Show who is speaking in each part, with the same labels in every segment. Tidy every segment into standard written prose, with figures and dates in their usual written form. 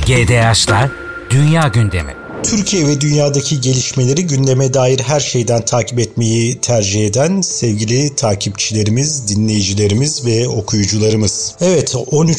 Speaker 1: GDH'la Dünya Gündemi.
Speaker 2: Türkiye ve dünyadaki gelişmeleri gündeme dair her şeyden takip etmeyi tercih eden sevgili takipçilerimiz, dinleyicilerimiz ve okuyucularımız. Evet,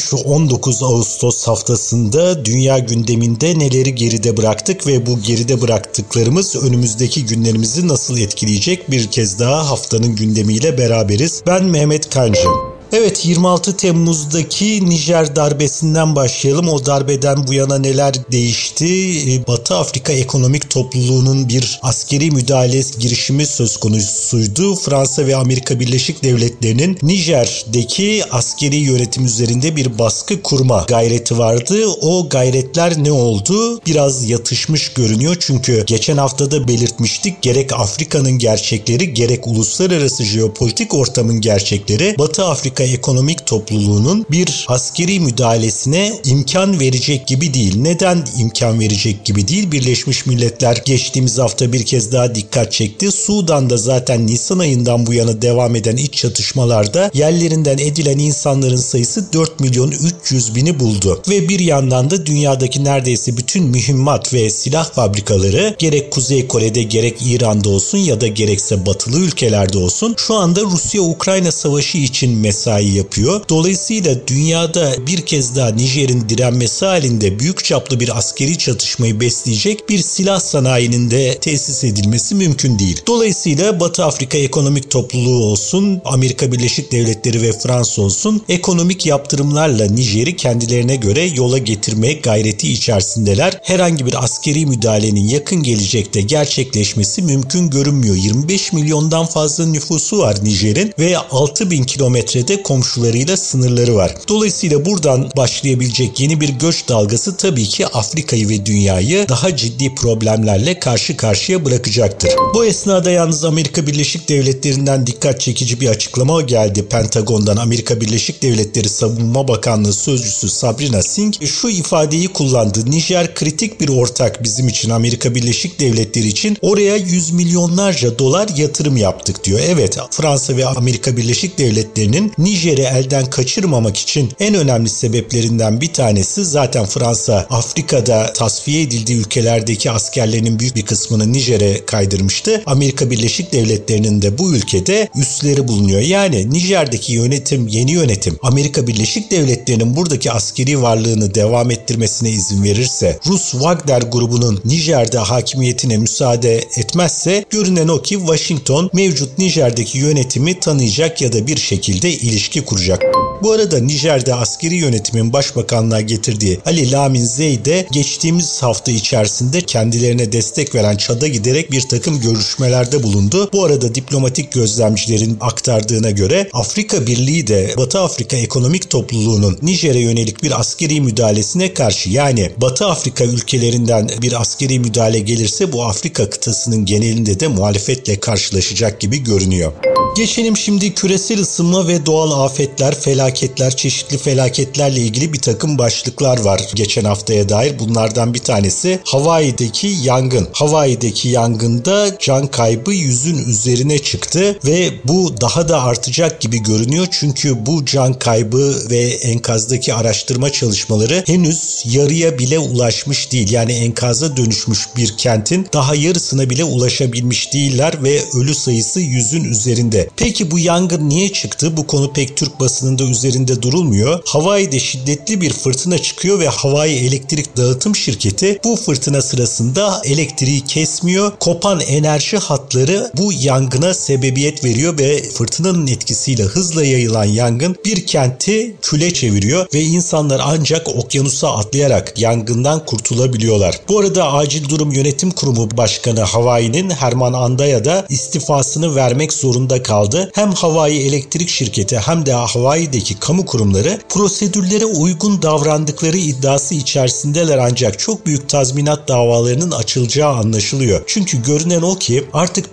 Speaker 2: 13-19 Ağustos haftasında dünya gündeminde neleri geride bıraktık ve bu geride bıraktıklarımız önümüzdeki günlerimizi nasıl etkileyecek, bir kez daha haftanın gündemiyle beraberiz. Ben Mehmet Kancı. Evet, 26 Temmuz'daki Nijer darbesinden başlayalım. O darbeden bu yana neler değişti? Batı Afrika Ekonomik Topluluğu'nun bir askeri müdahale girişimi söz konusuydu. Fransa ve Amerika Birleşik Devletleri'nin Nijer'deki askeri yönetim üzerinde bir baskı kurma gayreti vardı. O gayretler ne oldu? Biraz yatışmış görünüyor. Çünkü geçen haftada belirtmiştik, gerek Afrika'nın gerçekleri gerek uluslararası jeopolitik ortamın gerçekleri Batı Afrika Ekonomik Topluluğu'nun bir askeri müdahalesine imkan verecek gibi değil. Neden imkan verecek gibi değil? Birleşmiş Milletler geçtiğimiz hafta bir kez daha dikkat çekti. Sudan'da zaten Nisan ayından bu yana devam eden iç çatışmalarda yerlerinden edilen insanların sayısı 4.300.000'i buldu. Ve bir yandan da dünyadaki neredeyse bütün mühimmat ve silah fabrikaları gerek Kuzey Kore'de gerek İran'da olsun ya da gerekse batılı ülkelerde olsun şu anda Rusya-Ukrayna savaşı için mesai yapıyor. Dolayısıyla dünyada bir kez daha Nijer'in direnmesi halinde büyük çaplı bir askeri çatışmayı besleyecek bir silah sanayinin de tesis edilmesi mümkün değil. Dolayısıyla Batı Afrika Ekonomik Topluluğu olsun, Amerika Birleşik Devletleri ve Fransa olsun ekonomik yaptırımlarla Nijer'i kendilerine göre yola getirmeye gayreti içerisindeler. Herhangi bir askeri müdahalenin yakın gelecekte gerçekleşmesi mümkün görünmüyor. 25 milyondan fazla nüfusu var Nijer'in ve 6.000 kilometrede komşularıyla sınırları var. Dolayısıyla buradan başlayabilecek yeni bir göç dalgası tabii ki Afrika'yı ve dünyayı daha ciddi problemlerle karşı karşıya bırakacaktır. Bu esnada yalnız Amerika Birleşik Devletleri'nden dikkat çekici bir açıklama geldi. Pentagon'dan Amerika Birleşik Devletleri Savunma Bakanlığı Sözcüsü Sabrina Singh şu ifadeyi kullandı. Nijer kritik bir ortak bizim için, Amerika Birleşik Devletleri için. Oraya yüz milyonlarca dolar yatırım yaptık diyor. Evet, Fransa ve Amerika Birleşik Devletleri'nin Nijer'i elden kaçırmamak için en önemli sebeplerinden bir tanesi, zaten Fransa Afrika'da tasfiye edildiği ülkelerdeki askerlerinin büyük bir kısmını Nijer'e kaydırmıştı. Amerika Birleşik Devletleri'nin de bu ülkede üsleri bulunuyor. Yani Nijer'deki yönetim, yeni yönetim Amerika Birleşik Devletleri'nin buradaki askeri varlığını devam ettirmesine izin verirse, Rus Wagner grubunun Nijer'de hakimiyetine müsaade etmezse görünen o ki Washington mevcut Nijer'deki yönetimi tanıyacak ya da bir şekilde ilişki kuracak. Bu arada Nijer'de askeri yönetimin başbakanlığa getirdiği Ali Lamin Zey de geçtiğimiz hafta içerisinde kendilerine destek veren Çad'a giderek bir takım görüşmelerde bulundu. Bu arada diplomatik gözlemcilerin aktardığına göre Afrika Birliği de Batı Afrika Ekonomik Topluluğu'nun Nijer'e yönelik bir askeri müdahalesine karşı, yani Batı Afrika ülkelerinden bir askeri müdahale gelirse bu Afrika kıtasının genelinde de muhalefetle karşılaşacak gibi görünüyor. Geçelim şimdi küresel ısınma ve doğal afetler, felaketler, çeşitli felaketlerle ilgili bir takım başlıklar var geçen haftaya dair. Bunlardan bir tanesi Hawaii'deki yangın. Hawaii'deki yangında can kaybı 100'ün üzerine çıktı ve bu daha da artacak gibi görünüyor. Çünkü bu can kaybı ve enkazdaki araştırma çalışmaları henüz yarıya bile ulaşmış değil. Yani enkaza dönüşmüş bir kentin daha yarısına bile ulaşabilmiş değiller ve ölü sayısı 100'ün üzerinde. Peki bu yangın niye çıktı? Bu konu pek Türk basınında üzerinde durulmuyor. Hawaii'de şiddetli bir fırtına çıkıyor ve Hawaii Elektrik Dağıtım Şirketi bu fırtına sırasında elektriği kesmiyor. Kopan enerji hatları bu yangına sebebiyet veriyor ve fırtınanın etkisiyle hızla yayılan yangın bir kenti küle çeviriyor ve insanlar ancak okyanusa atlayarak yangından kurtulabiliyorlar. Bu arada Acil Durum Yönetim Kurumu Başkanı Hawaii'nin Herman Andaya da istifasını vermek zorunda kaldı. Hem Hawaii Elektrik Şirketi hem de Hawaii'deki kamu kurumları prosedürlere uygun davrandıkları iddiası içerisindeler, ancak çok büyük tazminat davalarının açılacağı anlaşılıyor. Çünkü görünen o ki artık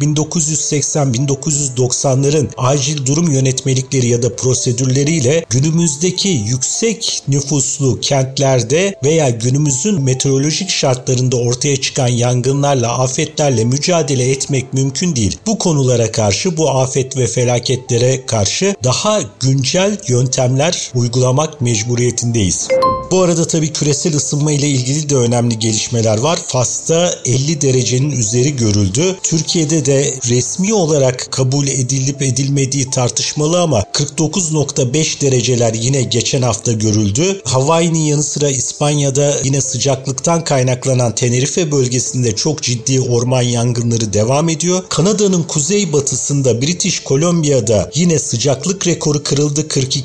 Speaker 2: 1980-1990'ların acil durum yönetmelikleri ya da prosedürleriyle günümüzdeki yüksek nüfuslu kentlerde veya günümüzün meteorolojik şartlarında ortaya çıkan yangınlarla, afetlerle mücadele etmek mümkün değil. Bu konulara karşı, bu afet afet ve felaketlere karşı daha güncel yöntemler uygulamak mecburiyetindeyiz. Bu arada tabii küresel ısınma ile ilgili de önemli gelişmeler var. Fas'ta 50 derecenin üzeri görüldü. Türkiye'de de resmi olarak kabul edilip edilmediği tartışmalı ama 49.5 dereceler yine geçen hafta görüldü. Hawaii'nin yanı sıra İspanya'da yine sıcaklıktan kaynaklanan Tenerife bölgesinde çok ciddi orman yangınları devam ediyor. Kanada'nın kuzeybatısında British Columbia'da yine sıcaklık rekoru kırıldı.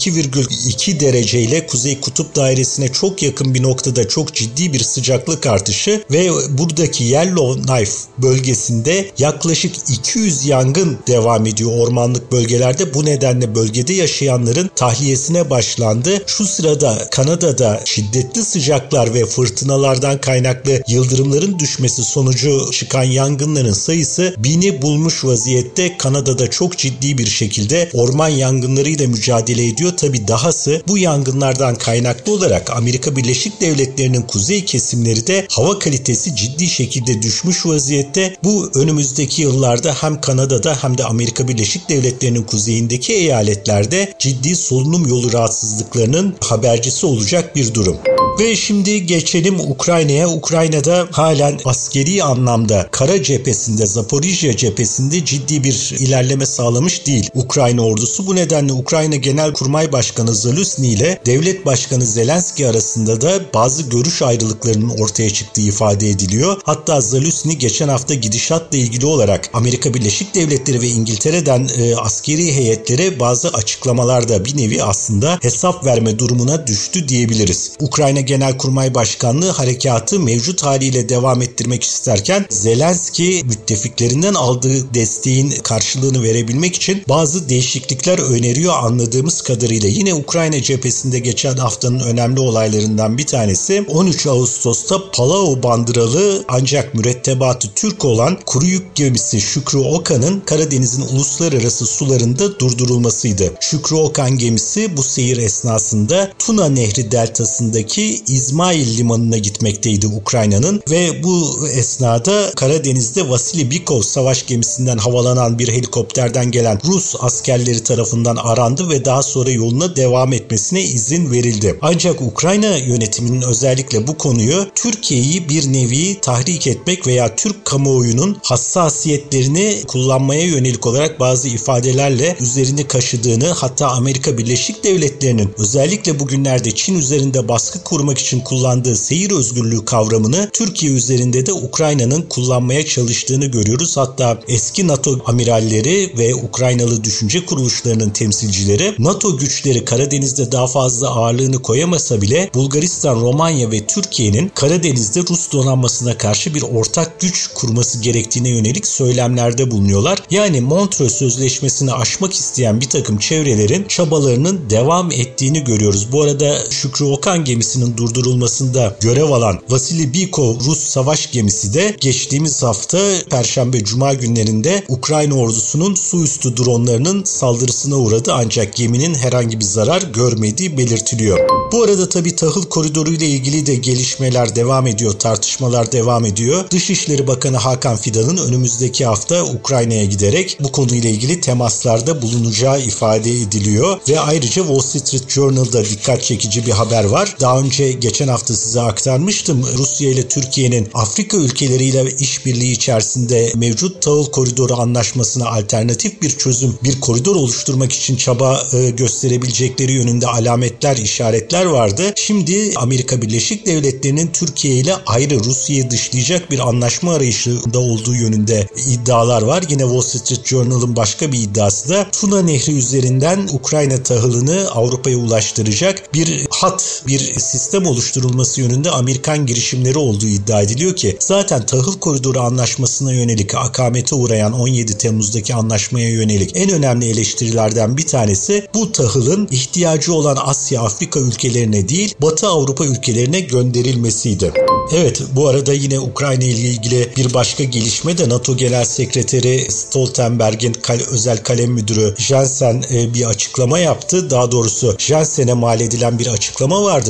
Speaker 2: 42,2 dereceyle Kuzey Kutup Dairesi'ne çok yakın bir noktada çok ciddi bir sıcaklık artışı ve buradaki Yellowknife bölgesinde yaklaşık 200 yangın devam ediyor ormanlık bölgelerde. Bu nedenle bölgede yaşayanların tahliyesine başlandı. Şu sırada Kanada'da şiddetli sıcaklar ve fırtınalardan kaynaklı yıldırımların düşmesi sonucu çıkan yangınların sayısı 1000'i bulmuş vaziyette. Kanada'da çok ciddi bir şekilde orman yangınlarıyla mücadele ediyor. Tabii dahası bu yangınlardan kaynaklı olarak Amerika Birleşik Devletleri'nin kuzey kesimleri de hava kalitesi ciddi şekilde düşmüş vaziyette. Bu önümüzdeki yıllarda hem Kanada'da hem de Amerika Birleşik Devletleri'nin kuzeyindeki eyaletlerde ciddi solunum yolu rahatsızlıklarının habercisi olacak bir durum. Ve şimdi geçelim Ukrayna'ya. Ukrayna'da halen askeri anlamda kara cephesinde, Zaporijya cephesinde ciddi bir ilerleme sağlamış değil Ukrayna ordusu. Bu nedenle Ukrayna Genelkurmay Başkanı Zaluzny ile Devlet Başkanı Zelenski arasında da bazı görüş ayrılıklarının ortaya çıktığı ifade ediliyor. Hatta Zaluzny geçen hafta gidişatla ilgili olarak Amerika Birleşik Devletleri ve İngiltere'den askeri heyetlere bazı açıklamalarda bir nevi aslında hesap verme durumuna düştü diyebiliriz. Ukrayna Genelkurmay Başkanlığı harekatı mevcut haliyle devam ettirmek isterken Zelenski müttefiklerinden aldığı desteğin karşılığını verebilmek için bazı değişiklikler öneriyor anladığımız kadarıyla. Yine Ukrayna cephesinde geçen haftanın önemli olaylarından bir tanesi 13 Ağustos'ta Palau bandıralı ancak mürettebatı Türk olan kuru yük gemisi Şükrü Okan'ın Karadeniz'in uluslararası sularında durdurulmasıydı. Şükrü Okan gemisi bu seyir esnasında Tuna Nehri deltasındaki İzmail limanına gitmekteydi Ukrayna'nın ve bu esnada Karadeniz'de Vasili Bikov savaş gemisinden havalanan bir helikopterden gelen Rus askerleri tarafından arandı ve daha sonra yoluna devam etmesine izin verildi. Ancak Ukrayna yönetiminin özellikle bu konuyu Türkiye'yi bir nevi tahrik etmek veya Türk kamuoyunun hassasiyetlerini kullanmaya yönelik olarak bazı ifadelerle üzerini kaşıdığını, hatta Amerika Birleşik Devletleri'nin özellikle bugünlerde Çin üzerinde baskı kurmak için kullandığı seyir özgürlüğü kavramını Türkiye üzerinde de Ukrayna'nın kullanmaya çalıştığını görüyoruz. Hatta eski NATO amiralleri ve Ukraynalı düşünce kuruluşlarının temsilcileri NATO güçleri Karadeniz'de daha fazla ağırlığını koyamasa bile Bulgaristan, Romanya ve Türkiye'nin Karadeniz'de Rus donanmasına karşı bir ortak güç kurması gerektiğine yönelik söylemlerde bulunuyorlar. Yani Montreux Sözleşmesi'ni aşmak isteyen bir takım çevrelerin çabalarının devam ettiğini görüyoruz. Bu arada Şükrü Okan gemisinin durdurulmasında görev alan Vasili Bikov Rus savaş gemisi de geçtiğimiz hafta Perşembe Cuma günlerinde Ukrayna ordusunun su üstü dronlarının saldırısına uğradı ancak geminin herhangi bir zarar görmediği belirtiliyor. Bu arada tabii tahıl koridoru ile ilgili de gelişmeler devam ediyor, tartışmalar devam ediyor. Dışişleri Bakanı Hakan Fidan'ın önümüzdeki hafta Ukrayna'ya giderek bu konuyla ilgili temaslarda bulunacağı ifade ediliyor ve ayrıca Wall Street Journal'da dikkat çekici bir haber var. Daha önce geçen hafta size aktarmıştım. Rusya ile Türkiye'nin Afrika ülkeleriyle işbirliği içerisinde mevcut tahıl koridoru anlaşmasına alternatif bir çözüm, bir koridor oluşturmak için çaba gösterebilecekleri yönünde alametler, işaretler vardı. Şimdi Amerika Birleşik Devletleri'nin Türkiye ile ayrı Rusya'yı dışlayacak bir anlaşma arayışında olduğu yönünde iddialar var. Yine Wall Street Journal'ın başka bir iddiası da Tuna Nehri üzerinden Ukrayna tahılını Avrupa'ya ulaştıracak bir hat, bir sistem oluşturulması yönünde Amerikan girişimleri olduğu iddia ediliyor ki zaten tahıl koridoru anlaşmasına yönelik akamete uğrayan 17 Temmuz'daki anlaşmaya yönelik en önemli eleştirilerden bir tanesi bu tahılın ihtiyacı olan Asya, Afrika ülkelerine değil Batı Avrupa ülkelerine gönderilmesiydi. Evet, bu arada yine Ukrayna ile ilgili bir başka gelişme de NATO Genel Sekreteri Stoltenberg'in özel kalem müdürü Jensen bir açıklama yaptı. Daha doğrusu Jensen'e mal edilen bir açıklama vardı. Toprak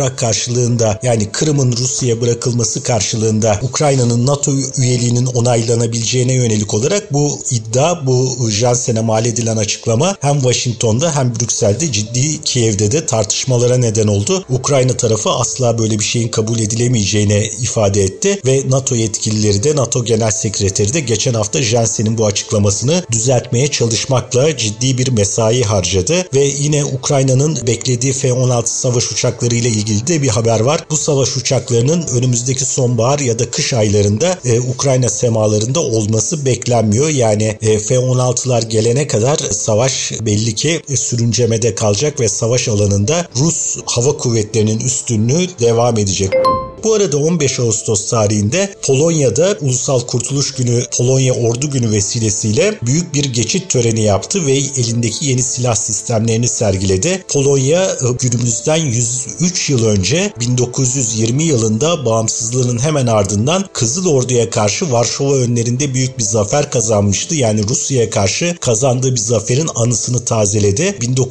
Speaker 2: toprak karşılığında, yani Kırım'ın Rusya'ya bırakılması karşılığında Ukrayna'nın NATO üyeliğinin onaylanabileceğine yönelik olarak bu iddia, bu Jansen'e mal edilen açıklama hem Washington'da hem Brüksel'de, ciddi Kiev'de de tartışmalara neden oldu. Ukrayna tarafı asla böyle bir şeyin kabul edilemeyeceğine ifade etti ve NATO yetkilileri de, NATO Genel Sekreteri de geçen hafta Jansen'in bu açıklamasını düzeltmeye çalışmakla ciddi bir mesai harcadı ve yine Ukrayna'nın beklediği F-16 savaş uçakları ile ilgili de bir haber var. Bu savaş uçaklarının önümüzdeki sonbahar ya da kış aylarında Ukrayna semalarında olması beklenmiyor. Yani F-16'lar gelene kadar savaş belli ki sürüncemede kalacak ve savaş alanında Rus hava kuvvetlerinin üstünlüğü devam edecek. Bu arada 15 Ağustos tarihinde Polonya'da Ulusal Kurtuluş Günü, Polonya Ordu Günü vesilesiyle büyük bir geçit töreni yaptı ve elindeki yeni silah sistemlerini sergiledi. Polonya günümüzden 103 yıl önce 1920 yılında bağımsızlığının hemen ardından Kızıl Ordu'ya karşı Varşova önlerinde büyük bir zafer kazanmıştı. Yani Rusya'ya karşı kazandığı bir zaferin anısını tazeledi.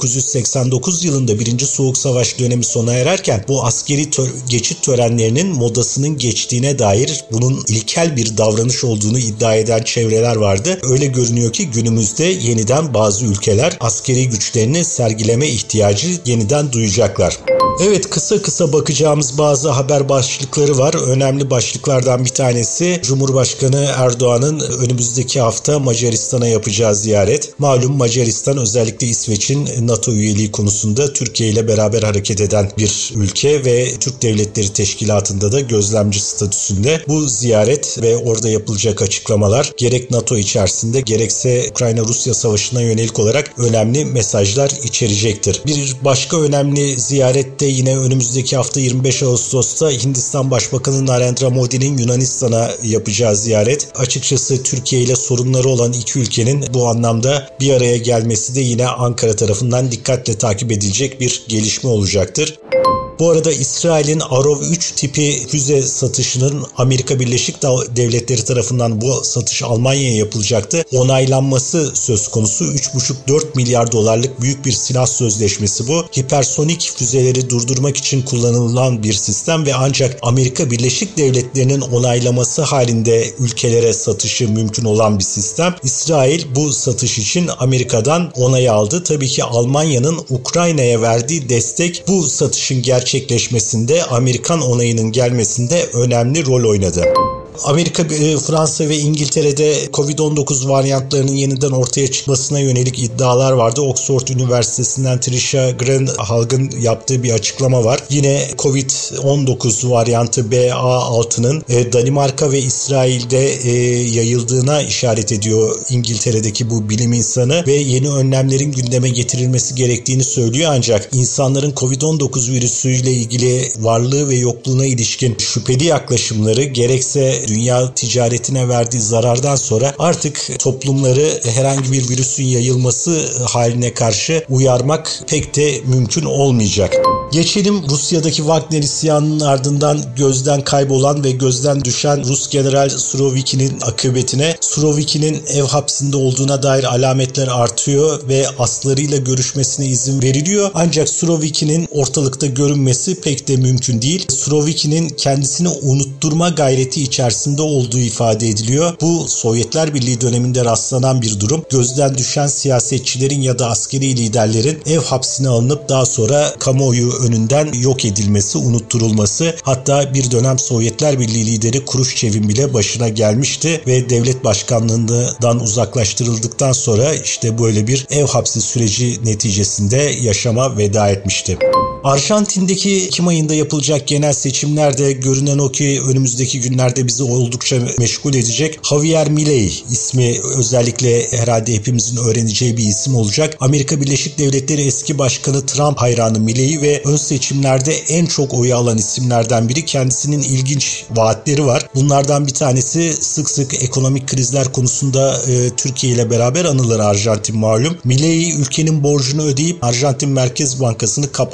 Speaker 2: 1989 yılında 1. Soğuk Savaş dönemi sona ererken bu askeri geçit törenlerinin modasının geçtiğine dair, bunun ilkel bir davranış olduğunu iddia eden çevreler vardı. Öyle görünüyor ki günümüzde yeniden bazı ülkeler askeri güçlerini sergileme ihtiyacı yeniden duyacaklar. Evet, kısa kısa bakacağımız bazı haber başlıkları var. Önemli başlıklardan bir tanesi Cumhurbaşkanı Erdoğan'ın önümüzdeki hafta Macaristan'a yapacağı ziyaret. Malum Macaristan özellikle İsveç'in NATO üyeliği konusunda Türkiye ile beraber hareket eden bir ülke ve Türk Devletleri Teşkilatı'nda da gözlemci statüsünde. Bu ziyaret ve orada yapılacak açıklamalar gerek NATO içerisinde gerekse Ukrayna-Rusya savaşına yönelik olarak önemli mesajlar içerecektir. Bir başka önemli ziyarette yine önümüzdeki hafta 25 Ağustos'ta Hindistan Başbakanı Narendra Modi'nin Yunanistan'a yapacağı ziyaret. Açıkçası Türkiye ile sorunları olan iki ülkenin bu anlamda bir araya gelmesi de yine Ankara tarafından dikkatle takip edilecek bir gelişme olacaktır. Bu arada İsrail'in Arov 3 tipi füze satışının Amerika Birleşik Devletleri tarafından bu satış Almanya'ya yapılacaktı. Onaylanması söz konusu. 3,5-4 milyar dolarlık büyük bir silah sözleşmesi bu. Hipersonik füzeleri durdurmak için kullanılan bir sistem ve ancak Amerika Birleşik Devletleri'nin onaylaması halinde ülkelere satışı mümkün olan bir sistem. İsrail bu satış için Amerika'dan onay aldı. Tabii ki Almanya'nın Ukrayna'ya verdiği destek bu satışın gerçekleşmesinde, Amerikan onayının gelmesinde önemli rol oynadı. Amerika, Fransa ve İngiltere'de Covid-19 varyantlarının yeniden ortaya çıkmasına yönelik iddialar vardı. Oxford Üniversitesi'nden Trisha Greenhalgh'ın yaptığı bir açıklama var. Yine Covid-19 varyantı BA6'nın Danimarka ve İsrail'de yayıldığına işaret ediyor İngiltere'deki bu bilim insanı ve yeni önlemlerin gündeme getirilmesi gerektiğini söylüyor. Ancak insanların Covid-19 virüsüyle ilgili varlığı ve yokluğuna ilişkin şüpheli yaklaşımları gerekse dünya ticaretine verdiği zarardan sonra artık toplumları herhangi bir virüsün yayılması haline karşı uyarmak pek de mümkün olmayacak. Geçelim Rusya'daki Wagner isyanının ardından gözden kaybolan ve gözden düşen Rus General Suroviki'nin akıbetine. Suroviki'nin ev hapsinde olduğuna dair alametler artıyor ve aslarıyla görüşmesine izin veriliyor. Ancak Suroviki'nin ortalıkta görünmesi pek de mümkün değil. Suroviki'nin kendisini unutturma gayreti içerisinde olduğu ifade ediliyor. Bu Sovyetler Birliği döneminde rastlanan bir durum. Gözden düşen siyasetçilerin ya da askeri liderlerin ev hapsine alınıp daha sonra kamuoyu önünden yok edilmesi, unutturulması. Hatta bir dönem Sovyetler Birliği lideri Kruşçev'in bile başına gelmişti ve devlet başkanlığından uzaklaştırıldıktan sonra işte böyle bir ev hapsi süreci neticesinde yaşama veda etmişti. Arjantin'deki Ekim ayında yapılacak genel seçimlerde görünen o ki önümüzdeki günlerde bizi oldukça meşgul edecek. Javier Milei ismi özellikle herhalde hepimizin öğreneceği bir isim olacak. Amerika Birleşik Devletleri eski başkanı Trump hayranı Milei ve ön seçimlerde en çok oyu alan isimlerden biri. Kendisinin ilginç vaatleri var. Bunlardan bir tanesi sık sık ekonomik krizler konusunda Türkiye ile beraber anılır Arjantin malum. Milei ülkenin borcunu ödeyip Arjantin Merkez Bankası'nı kapatmak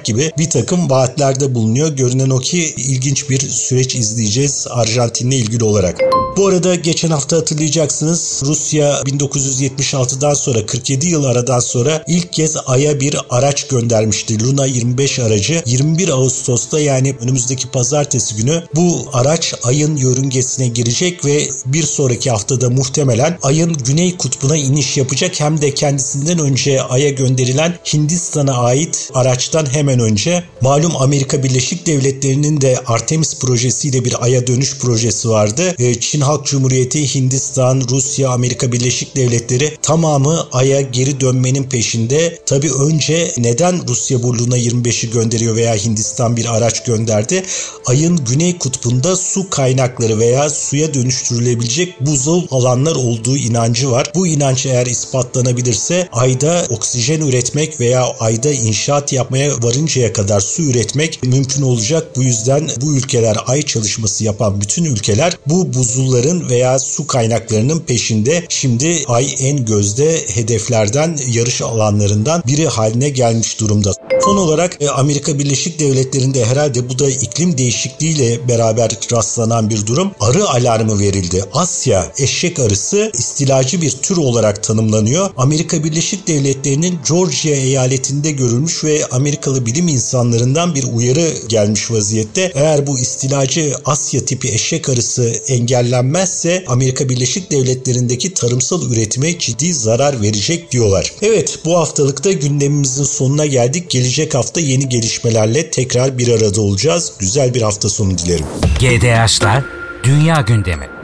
Speaker 2: gibi bir takım vaatlerde bulunuyor. Görünen o ki ilginç bir süreç izleyeceğiz Arjantin'le ilgili olarak. Bu arada geçen hafta hatırlayacaksınız, Rusya 1976'dan sonra 47 yıl aradan sonra ilk kez Ay'a bir araç göndermişti. Luna 25 aracı 21 Ağustos'ta, yani önümüzdeki pazartesi günü bu araç Ay'ın yörüngesine girecek ve bir sonraki haftada muhtemelen Ay'ın güney kutbuna iniş yapacak. Hem de kendisinden önce Ay'a gönderilen Hindistan'a ait araçtan hemen önce. Malum Amerika Birleşik Devletleri'nin de Artemis projesiyle bir Ay'a dönüş projesi vardı. Çin Halk Cumhuriyeti, Hindistan, Rusya, Amerika Birleşik Devletleri tamamı Ay'a geri dönmenin peşinde. Tabii önce neden Rusya bu Luna 25'i gönderiyor veya Hindistan bir araç gönderdi? Ay'ın güney kutbunda su kaynakları veya suya dönüştürülebilecek buzul alanlar olduğu inancı var. Bu inanç eğer ispatlanabilirse Ay'da oksijen üretmek veya Ay'da inşaat yapmaya varıncaya kadar su üretmek mümkün olacak. Bu yüzden bu ülkeler, Ay çalışması yapan bütün ülkeler bu buzulların veya su kaynaklarının peşinde. Şimdi Ay en gözde hedeflerden, yarış alanlarından biri haline gelmiş durumda. Son olarak Amerika Birleşik Devletleri'nde herhalde bu da iklim değişikliğiyle beraber rastlanan bir durum. Arı alarmı verildi. Asya eşek arısı istilacı bir tür olarak tanımlanıyor. Amerika Birleşik Devletleri'nin Georgia eyaletinde görülmüş ve Amerikalı bilim insanlarından bir uyarı gelmiş vaziyette. Eğer bu istilacı Asya tipi eşek arısı engellenmezse Amerika Birleşik Devletleri'ndeki tarımsal üretime ciddi zarar verecek diyorlar. Evet, bu haftalıkta gündemimizin sonuna geldik. Gelecek hafta yeni gelişmelerle tekrar bir arada olacağız. Güzel bir hafta sonu dilerim.
Speaker 1: GDH'lar Dünya Gündemi.